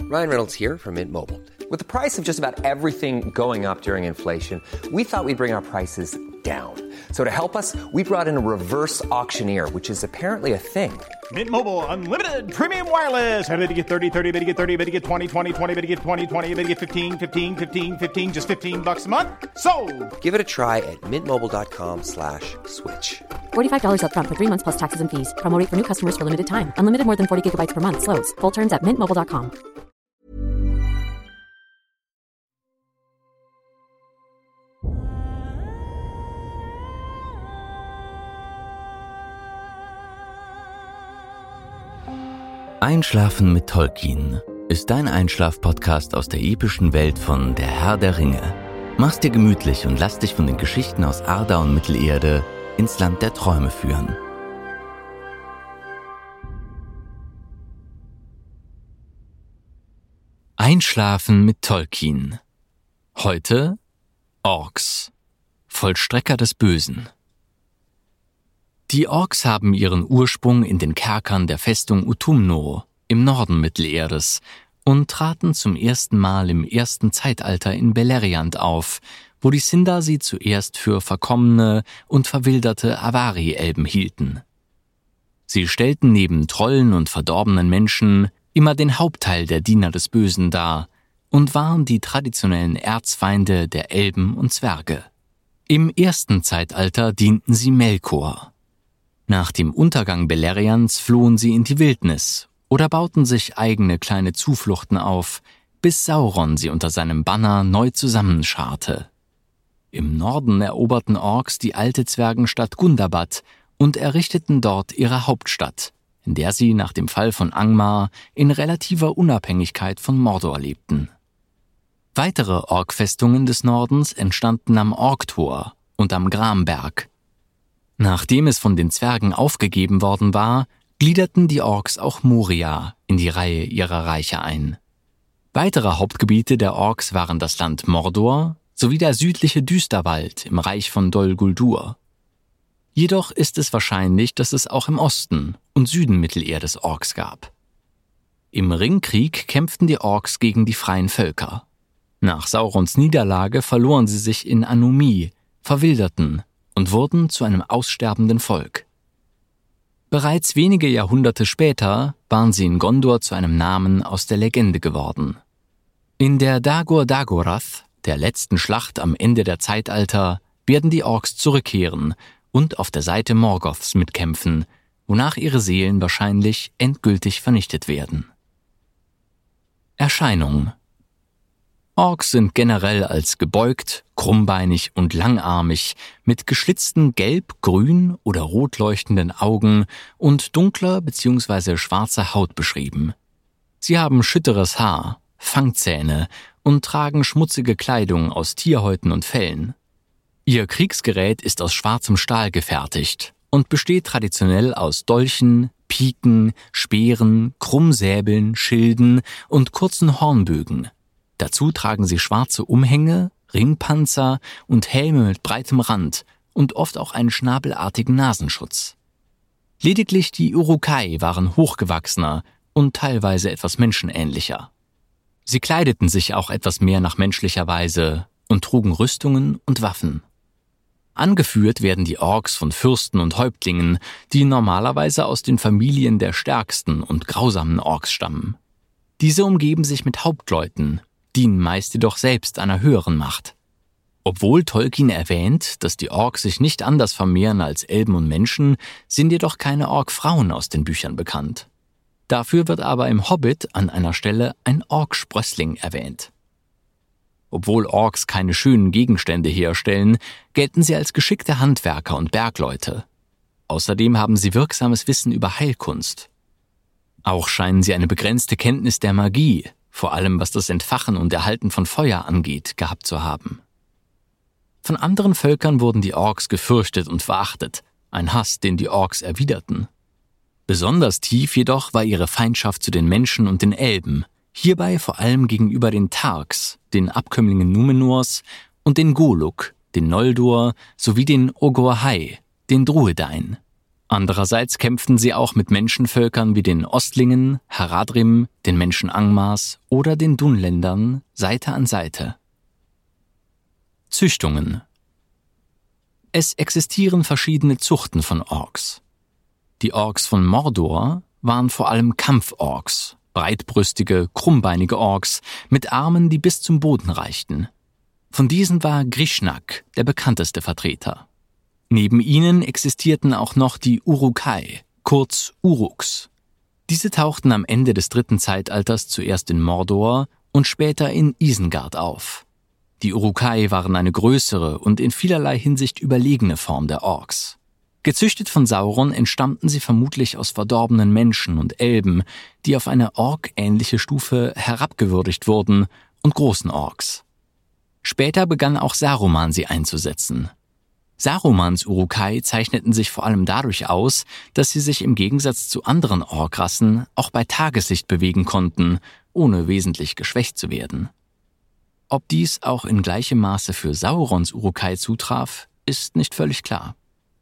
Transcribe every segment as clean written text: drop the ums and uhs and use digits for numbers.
Ryan Reynolds here from Mint Mobile. With the price of just about everything going up during inflation, we thought we'd bring our prices down. So to help us, we brought in a reverse auctioneer, which is apparently a thing. Mint Mobile Unlimited Premium Wireless. How to get 30, 30, bit to get 30, bit to get 20, 20, 20, bit to get 20, 20, bit to get 15, 15, 15, 15, just $15 a month? Sold! Give it a try at mintmobile.com/switch. $45 up front for 3 months plus taxes and fees. Promo rate for new customers for limited time. Unlimited more than 40 gigabytes per month. Slows full terms at mintmobile.com. Einschlafen mit Tolkien ist dein Einschlaf-Podcast aus der epischen Welt von Der Herr der Ringe. Mach's dir gemütlich und lass dich von den Geschichten aus Arda und Mittelerde ins Land der Träume führen. Einschlafen mit Tolkien. Heute Orks, Vollstrecker des Bösen. Die Orks haben ihren Ursprung in den Kerkern der Festung Utumno im Norden Mittelerdes und traten zum ersten Mal im ersten Zeitalter in Beleriand auf, wo die Sindar sie zuerst für verkommene und verwilderte Avari-Elben hielten. Sie stellten neben Trollen und verdorbenen Menschen immer den Hauptteil der Diener des Bösen dar und waren die traditionellen Erzfeinde der Elben und Zwerge. Im ersten Zeitalter dienten sie Melkor. Nach dem Untergang Beleriands flohen sie in die Wildnis oder bauten sich eigene kleine Zufluchten auf, bis Sauron sie unter seinem Banner neu zusammenscharte. Im Norden eroberten Orks die alte Zwergenstadt Gundabad und errichteten dort ihre Hauptstadt, in der sie nach dem Fall von Angmar in relativer Unabhängigkeit von Mordor lebten. Weitere Orkfestungen des Nordens entstanden am Orktor und am Gramberg. Nachdem es von den Zwergen aufgegeben worden war, gliederten die Orks auch Moria in die Reihe ihrer Reiche ein. Weitere Hauptgebiete der Orks waren das Land Mordor sowie der südliche Düsterwald im Reich von Dol Guldur. Jedoch ist es wahrscheinlich, dass es auch im Osten und Süden Mittelerdes Orks gab. Im Ringkrieg kämpften die Orks gegen die freien Völker. Nach Saurons Niederlage verloren sie sich in Anomie, verwilderten und wurden zu einem aussterbenden Volk. Bereits wenige Jahrhunderte später waren sie in Gondor zu einem Namen aus der Legende geworden. In der Dagor Dagorath, der letzten Schlacht am Ende der Zeitalter, werden die Orks zurückkehren und auf der Seite Morgoths mitkämpfen, wonach ihre Seelen wahrscheinlich endgültig vernichtet werden. Erscheinung: Orks sind generell als gebeugt, krummbeinig und langarmig, mit geschlitzten gelb, grün oder rot leuchtenden Augen und dunkler bzw. schwarzer Haut beschrieben. Sie haben schütteres Haar, Fangzähne und tragen schmutzige Kleidung aus Tierhäuten und Fellen. Ihr Kriegsgerät ist aus schwarzem Stahl gefertigt und besteht traditionell aus Dolchen, Piken, Speeren, Krummsäbeln, Schilden und kurzen Hornbögen. Dazu tragen sie schwarze Umhänge, Ringpanzer und Helme mit breitem Rand und oft auch einen schnabelartigen Nasenschutz. Lediglich die Uruk-hai waren hochgewachsener und teilweise etwas menschenähnlicher. Sie kleideten sich auch etwas mehr nach menschlicher Weise und trugen Rüstungen und Waffen. Angeführt werden die Orks von Fürsten und Häuptlingen, die normalerweise aus den Familien der stärksten und grausamen Orks stammen. Diese umgeben sich mit Hauptleuten, dienen meist jedoch selbst einer höheren Macht. Obwohl Tolkien erwähnt, dass die Orks sich nicht anders vermehren als Elben und Menschen, sind jedoch keine Orkfrauen aus den Büchern bekannt. Dafür wird aber im Hobbit an einer Stelle ein Orksprössling erwähnt. Obwohl Orks keine schönen Gegenstände herstellen, gelten sie als geschickte Handwerker und Bergleute. Außerdem haben sie wirksames Wissen über Heilkunst. Auch scheinen sie eine begrenzte Kenntnis der Magie, vor allem was das Entfachen und Erhalten von Feuer angeht, gehabt zu haben. Von anderen Völkern wurden die Orks gefürchtet und verachtet, ein Hass, den die Orks erwiderten. Besonders tief jedoch war ihre Feindschaft zu den Menschen und den Elben, hierbei vor allem gegenüber den Tarks, den Abkömmlingen Númenors, und den Goluk, den Noldor, sowie den Ogorhai, den Druedain. Andererseits kämpften sie auch mit Menschenvölkern wie den Ostlingen, Haradrim, den Menschen Angmars oder den Dunländern Seite an Seite. Züchtungen. Es existieren verschiedene Zuchten von Orks. Die Orks von Mordor waren vor allem Kampforks, breitbrüstige, krummbeinige Orks mit Armen, die bis zum Boden reichten. Von diesen war Grishnak der bekannteste Vertreter. Neben ihnen existierten auch noch die Uruk-hai, kurz Uruks. Diese tauchten am Ende des 3. Zeitalters zuerst in Mordor und später in Isengard auf. Die Uruk-hai waren eine größere und in vielerlei Hinsicht überlegene Form der Orks. Gezüchtet von Sauron entstammten sie vermutlich aus verdorbenen Menschen und Elben, die auf eine Ork-ähnliche Stufe herabgewürdigt wurden, und großen Orks. Später begann auch Saruman sie einzusetzen. Sarumans Uruk-hai zeichneten sich vor allem dadurch aus, dass sie sich im Gegensatz zu anderen Orkrassen auch bei Tageslicht bewegen konnten, ohne wesentlich geschwächt zu werden. Ob dies auch in gleichem Maße für Saurons Uruk-hai zutraf, ist nicht völlig klar.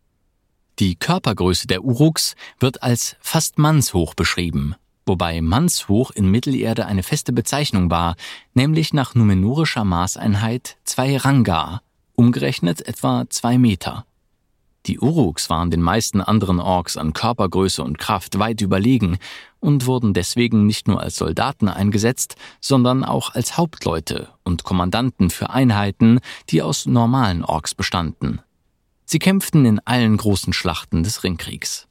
Die Körpergröße der Uruks wird als fast mannshoch beschrieben, wobei mannshoch in Mittelerde eine feste Bezeichnung war, nämlich nach numenorischer Maßeinheit 2 Rangar, umgerechnet etwa 2 Meter. Die Uruks waren den meisten anderen Orks an Körpergröße und Kraft weit überlegen und wurden deswegen nicht nur als Soldaten eingesetzt, sondern auch als Hauptleute und Kommandanten für Einheiten, die aus normalen Orks bestanden. Sie kämpften in allen großen Schlachten des Ringkriegs.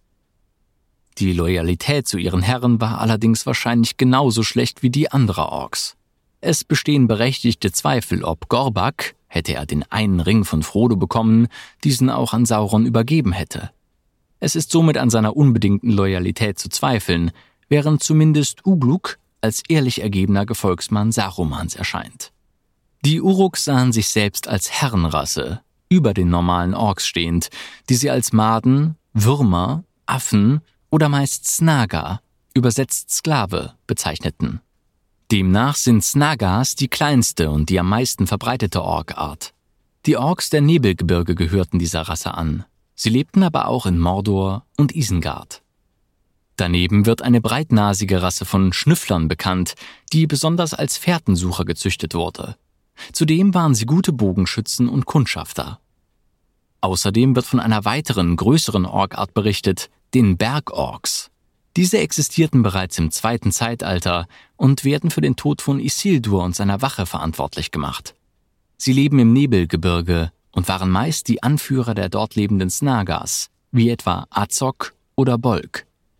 Die Loyalität zu ihren Herren war allerdings wahrscheinlich genauso schlecht wie die anderer Orks. Es bestehen berechtigte Zweifel, ob Gorbak, hätte er den einen Ring von Frodo bekommen, diesen auch an Sauron übergeben hätte. Es ist somit an seiner unbedingten Loyalität zu zweifeln, während zumindest Ugluk als ehrlich ergebener Gefolgsmann Sarumans erscheint. Die Uruks sahen sich selbst als Herrenrasse, über den normalen Orks stehend, die sie als Maden, Würmer, Affen oder meist Snaga, übersetzt Sklave, bezeichneten. Demnach sind Snagas die kleinste und die am meisten verbreitete Orkart. Die Orks der Nebelgebirge gehörten dieser Rasse an. Sie lebten aber auch in Mordor und Isengard. Daneben wird eine breitnasige Rasse von Schnüfflern bekannt, die besonders als Fährtensucher gezüchtet wurde. Zudem waren sie gute Bogenschützen und Kundschafter. Außerdem wird von einer weiteren, größeren Orkart berichtet, den Bergorks. Diese existierten bereits im 2. Zeitalter und werden für den Tod von Isildur und seiner Wache verantwortlich gemacht. Sie leben im Nebelgebirge und waren meist die Anführer der dort lebenden Snagas, wie etwa Azog oder Bolg.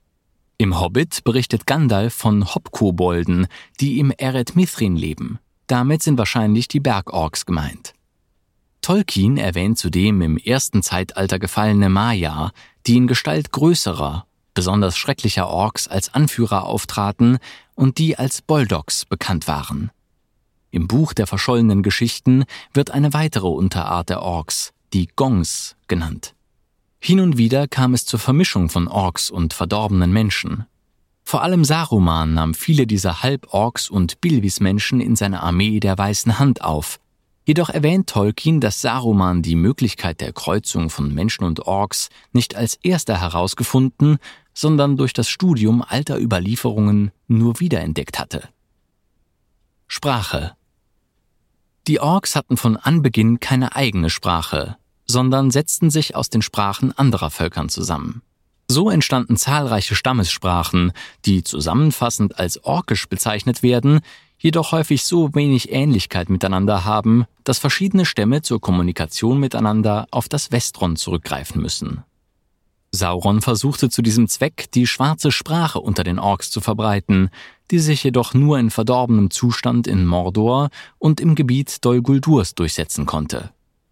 Im Hobbit berichtet Gandalf von Hobkobolden, die im Eret Mithrin leben. Damit sind wahrscheinlich die Bergorks gemeint. Tolkien erwähnt zudem im 1. Zeitalter gefallene Maya, die in Gestalt größerer, besonders schrecklicher Orks als Anführer auftraten und die als Boldoks bekannt waren. Im Buch der verschollenen Geschichten wird eine weitere Unterart der Orks, die Gongs, genannt. Hin und wieder kam es zur Vermischung von Orks und verdorbenen Menschen. Vor allem Saruman nahm viele dieser Halborks und Bilvis-Menschen in seine Armee der Weißen Hand auf. Jedoch erwähnt Tolkien, dass Saruman die Möglichkeit der Kreuzung von Menschen und Orks nicht als erster herausgefunden, sondern durch das Studium alter Überlieferungen nur wiederentdeckt hatte. Sprache. Die Orks hatten von Anbeginn keine eigene Sprache, sondern setzten sich aus den Sprachen anderer Völkern zusammen. So entstanden zahlreiche Stammessprachen, die zusammenfassend als orkisch bezeichnet werden, jedoch häufig so wenig Ähnlichkeit miteinander haben, dass verschiedene Stämme zur Kommunikation miteinander auf das Westron zurückgreifen müssen. Sauron versuchte zu diesem Zweck, die schwarze Sprache unter den Orks zu verbreiten, die sich jedoch nur in verdorbenem Zustand in Mordor und im Gebiet Dol Guldurs durchsetzen konnte.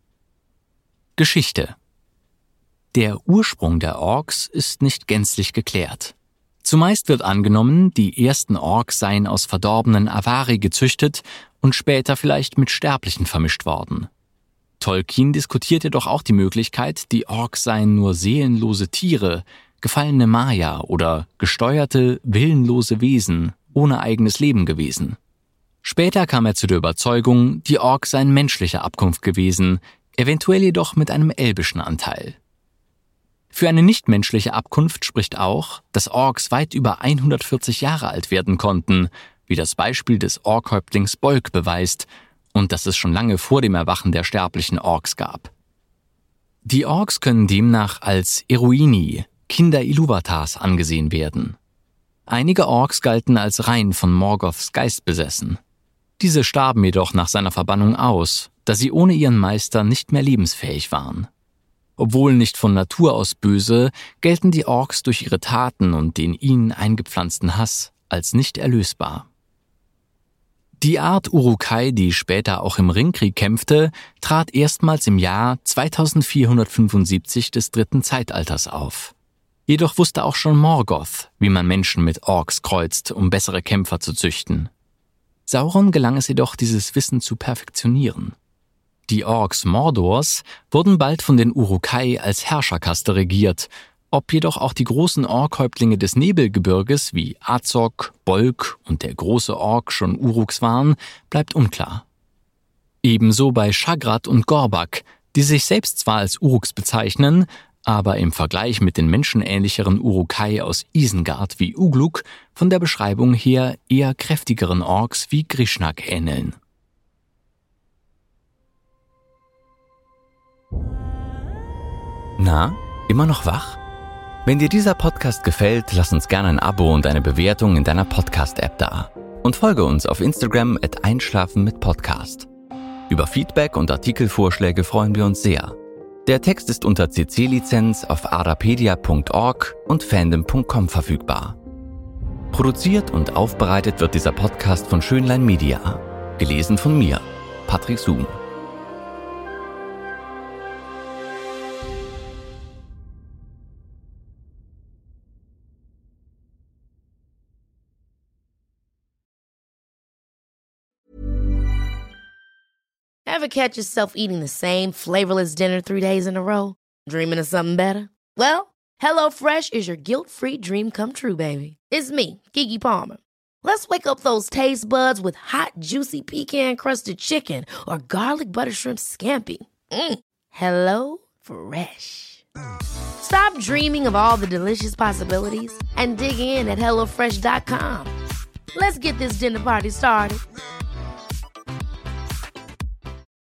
Geschichte. Der Ursprung der Orks ist nicht gänzlich geklärt. Zumeist wird angenommen, die ersten Orks seien aus verdorbenen Avari gezüchtet und später vielleicht mit Sterblichen vermischt worden. Tolkien diskutiert jedoch auch die Möglichkeit, die Orks seien nur seelenlose Tiere, gefallene Maya oder gesteuerte, willenlose Wesen ohne eigenes Leben gewesen. Später kam er zu der Überzeugung, die Orks seien menschlicher Abkunft gewesen, eventuell jedoch mit einem elbischen Anteil. Für eine nichtmenschliche Abkunft spricht auch, dass Orks weit über 140 Jahre alt werden konnten, wie das Beispiel des Orkhäuptlings Bolg beweist, und dass es schon lange vor dem Erwachen der sterblichen Orks gab. Die Orks können demnach als Eruini, Kinder Ilúvatars, angesehen werden. Einige Orks galten als rein von Morgoths Geist besessen. Diese starben jedoch nach seiner Verbannung aus, da sie ohne ihren Meister nicht mehr lebensfähig waren. Obwohl nicht von Natur aus böse, gelten die Orks durch ihre Taten und den ihnen eingepflanzten Hass als nicht erlösbar. Die Art Uruk-hai, die später auch im Ringkrieg kämpfte, trat erstmals im Jahr 2475 des dritten Zeitalters auf. Jedoch wusste auch schon Morgoth, wie man Menschen mit Orks kreuzt, um bessere Kämpfer zu züchten. Sauron gelang es jedoch, dieses Wissen zu perfektionieren. Die Orks Mordors wurden bald von den Uruk-hai als Herrscherkaste regiert. Ob jedoch auch die großen Orkhäuptlinge des Nebelgebirges wie Azog, Bolg und der große Ork schon Uruks waren, bleibt unklar. Ebenso bei Shagrat und Gorbak, die sich selbst zwar als Uruks bezeichnen, aber im Vergleich mit den menschenähnlicheren Uruk-hai aus Isengard wie Ugluk von der Beschreibung her eher kräftigeren Orks wie Grishnak ähneln. Na, immer noch wach? Wenn dir dieser Podcast gefällt, lass uns gerne ein Abo und eine Bewertung in deiner Podcast-App da. Und folge uns auf Instagram @einschlafen-mit-Podcast. Über Feedback und Artikelvorschläge freuen wir uns sehr. Der Text ist unter CC-Lizenz auf arapedia.org und fandom.com verfügbar. Produziert und aufbereitet wird dieser Podcast von Schönlein Media. Gelesen von mir, Patrick Zoom. Ever catch yourself eating the same flavorless dinner 3 days in a row? Dreaming of something better? Well, HelloFresh is your guilt-free dream come true, baby. It's me, Keke Palmer. Let's wake up those taste buds with hot, juicy pecan-crusted chicken or garlic butter shrimp scampi. Hello Fresh. Stop dreaming of all the delicious possibilities and dig in at HelloFresh.com. Let's get this dinner party started.